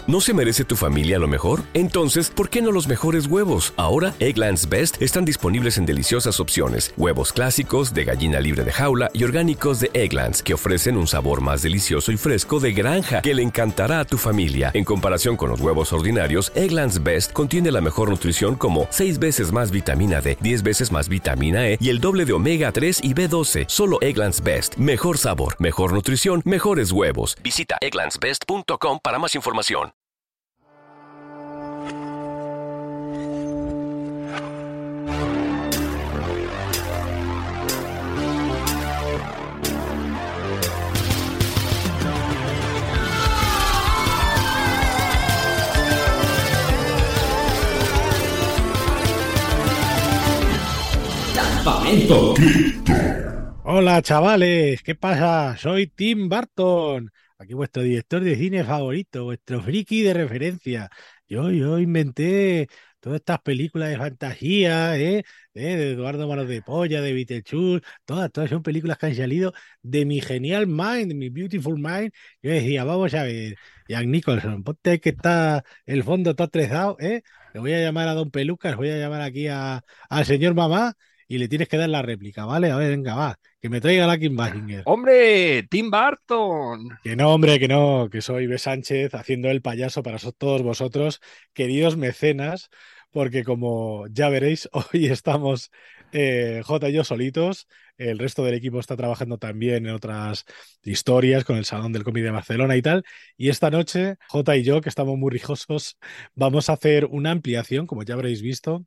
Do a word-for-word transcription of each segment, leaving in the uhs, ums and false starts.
¿No se merece tu familia lo mejor? Entonces, ¿por qué no los mejores huevos? Ahora, Eggland's Best están disponibles en deliciosas opciones. Huevos clásicos, de gallina libre de jaula y orgánicos de Eggland's, que ofrecen un sabor más delicioso y fresco de granja que le encantará a tu familia. En comparación con los huevos ordinarios, Eggland's Best contiene la mejor nutrición como seis veces más vitamina D, diez veces más vitamina E y el doble de omega tres y B doce. Solo Eggland's Best. Mejor sabor, mejor nutrición, mejores huevos. Visita egglands best punto com para más información. Campamento Cripton. Hola chavales, ¿qué pasa? Soy Tim Burton, aquí vuestro director de cine favorito, vuestro friki de referencia. Yo, yo inventé todas estas películas de fantasía, ¿eh? ¿Eh? De Eduardo Manos de Polla, de Beetlejuice, todas, todas son películas que han salido de mi genial mind, de mi beautiful mind. Yo decía, vamos a ver, Jack Nicholson, ponte que está el fondo todo atrezado, ¿eh? Le voy a llamar a Don Pelucas, voy a llamar aquí a, al señor Mamá. Y le tienes que dar la réplica, ¿vale? A ver, venga, va, que me traiga la Kim Basinger. ¡Hombre! ¡Tim Burton! Que no, hombre, que no, que soy B. Sánchez haciendo el payaso para so- todos vosotros, queridos mecenas, porque como ya veréis, hoy estamos eh, J y yo solitos, el resto del equipo está trabajando también en otras historias con el Salón del Cómic de Barcelona y tal, y esta noche J y yo, que estamos muy rijosos, vamos a hacer una ampliación, como ya habréis visto,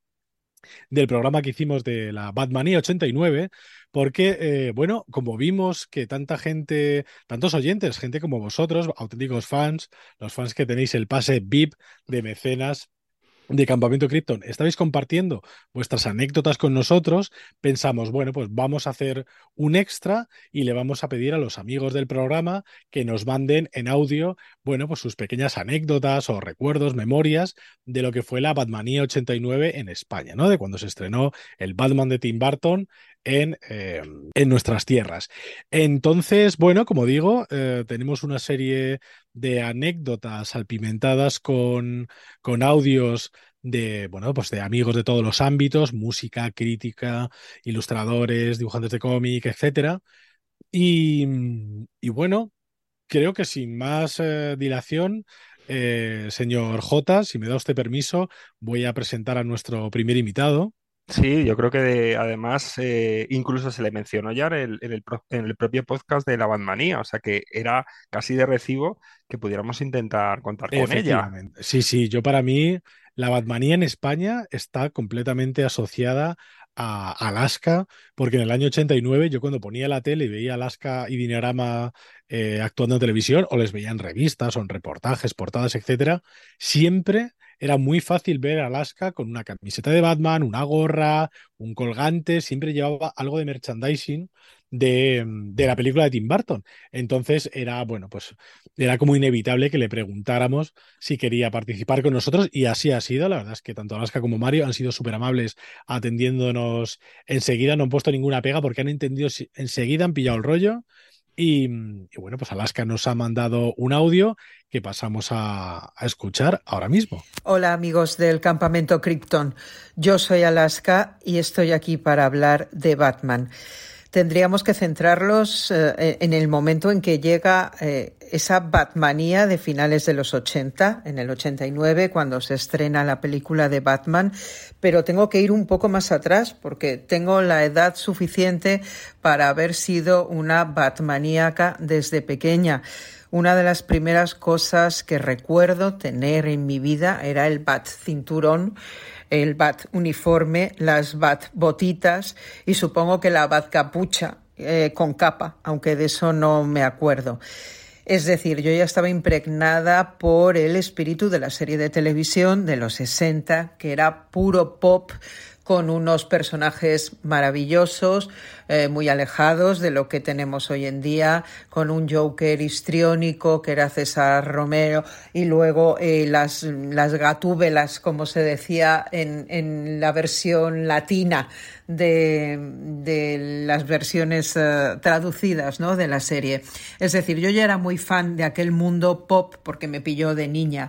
del programa que hicimos de la Batmanía ochenta y nueve, porque, eh, bueno, como vimos que tanta gente, tantos oyentes, gente como vosotros, auténticos fans, los fans que tenéis el pase V I P de mecenas de Campamento Krypton, estabais compartiendo vuestras anécdotas con nosotros, pensamos, bueno, pues vamos a hacer un extra y le vamos a pedir a los amigos del programa que nos manden en audio, bueno, pues sus pequeñas anécdotas o recuerdos, memorias de lo que fue la Batmanía ochenta y nueve en España, ¿no? De cuando se estrenó el Batman de Tim Burton en, eh, en nuestras tierras. Entonces, bueno, como digo, eh, tenemos una serie de anécdotas salpimentadas con, con audios de, bueno, pues de amigos de todos los ámbitos, música, crítica, ilustradores, dibujantes de cómic, etcétera. Y, y bueno, creo que sin más eh, dilación, eh, señor J, si me da usted permiso, voy a presentar a nuestro primer invitado. Sí, yo creo que de- además eh, incluso se le mencionó ya en el, en el pro- en el propio podcast de la Batmanía, o sea que era casi de recibo que pudiéramos intentar contar con ella. Efectivamente. Sí, sí, yo para mí la Batmanía en España está completamente asociada a Alaska, porque en el año ochenta y nueve yo cuando ponía la tele y veía Alaska y Dinarama eh, actuando en televisión, o les veía en revistas o en reportajes, portadas, etcétera, siempre era muy fácil ver a Alaska con una camiseta de Batman, una gorra, un colgante, siempre llevaba algo de merchandising de, de la película de Tim Burton. Entonces era, bueno, pues era como inevitable que le preguntáramos si quería participar con nosotros y así ha sido. La verdad es que tanto Alaska como Mario han sido súper amables atendiéndonos enseguida, no han puesto ninguna pega porque han entendido, si- enseguida han pillado el rollo y, y bueno, pues Alaska nos ha mandado un audio que pasamos a, a escuchar ahora mismo. Hola amigos del Campamento Krypton, yo soy Alaska y estoy aquí para hablar de Batman. Tendríamos que centrarlos eh, en el momento en que llega eh, esa Batmanía de finales de los ochenta, en el ochenta y nueve, cuando se estrena la película de Batman, pero tengo que ir un poco más atrás porque tengo la edad suficiente para haber sido una batmaníaca desde pequeña. Una de las primeras cosas que recuerdo tener en mi vida era el bat cinturón, el bat uniforme, las bat botitas y supongo que la bat capucha eh, con capa, aunque de eso no me acuerdo. Es decir, yo ya estaba impregnada por el espíritu de la serie de televisión de los sesenta, que era puro pop, con unos personajes maravillosos, eh, muy alejados de lo que tenemos hoy en día, con un Joker histriónico que era César Romero, y luego eh, las, las gatúbelas, como se decía en, en la versión latina de, de las versiones uh, traducidas, ¿no?, de la serie. Es decir, yo ya era muy fan de aquel mundo pop porque me pilló de niña.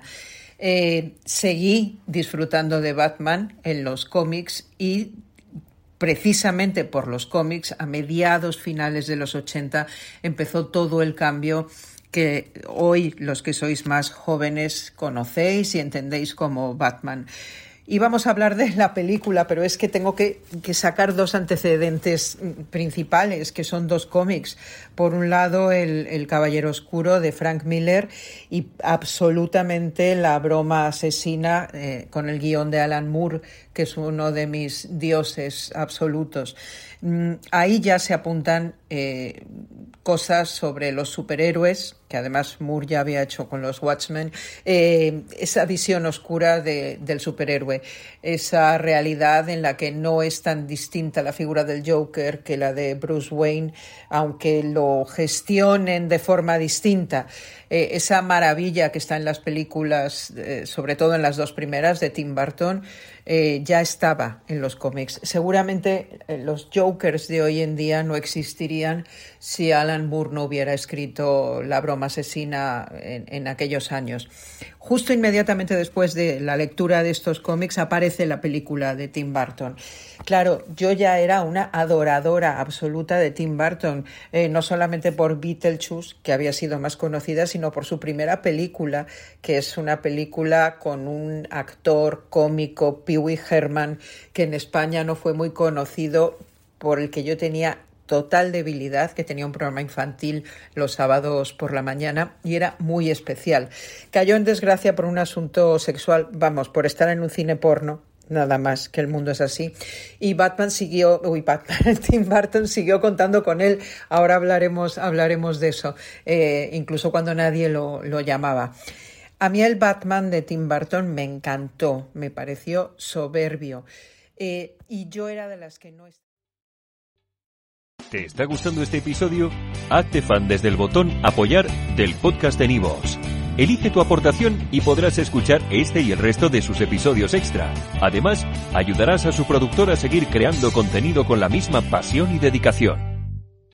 Eh, seguí disfrutando de Batman en los cómics y precisamente por los cómics, a mediados finales de los ochenta, empezó todo el cambio que hoy los que sois más jóvenes conocéis y entendéis como Batman. Y vamos a hablar de la película, pero es que tengo que, que sacar dos antecedentes principales, que son dos cómics. Por un lado, el, el Caballero Oscuro de Frank Miller y absolutamente La broma asesina eh, con el guión de Alan Moore, que es uno de mis dioses absolutos. Mm, ahí ya se apuntan eh, cosas sobre los superhéroes, que además Moore ya había hecho con los Watchmen, eh, esa visión oscura de, del superhéroe, esa realidad en la que no es tan distinta la figura del Joker que la de Bruce Wayne, aunque lo gestionen de forma distinta. Eh, esa maravilla que está en las películas, eh, sobre todo en las dos primeras de Tim Burton, eh, ya estaba en los cómics. Seguramente eh, los Jokers de hoy en día no existirían si Alan Moore no hubiera escrito La broma asesina en, en aquellos años. Justo inmediatamente después de la lectura de estos cómics aparece la película de Tim Burton. Claro, yo ya era una adoradora absoluta de Tim Burton, eh, no solamente por Beetlejuice, que había sido más conocida, sino por su primera película, que es una película con un actor cómico, Pee Wee Herman, que en España no fue muy conocido, por el que yo tenía total debilidad, que tenía un programa infantil los sábados por la mañana y era muy especial. Cayó en desgracia por un asunto sexual, vamos, por estar en un cine porno, nada más, que el mundo es así. Y Batman siguió, uy, Batman, Tim Burton siguió contando con él. Ahora hablaremos, hablaremos de eso, eh, incluso cuando nadie lo, lo llamaba. A mí el Batman de Tim Burton me encantó, me pareció soberbio. Eh, y yo era de las que no... ¿Te está gustando este episodio? Hazte fan desde el botón Apoyar del podcast de Nivos. Elige tu aportación y podrás escuchar este y el resto de sus episodios extra. Además, ayudarás a su productor a seguir creando contenido con la misma pasión y dedicación.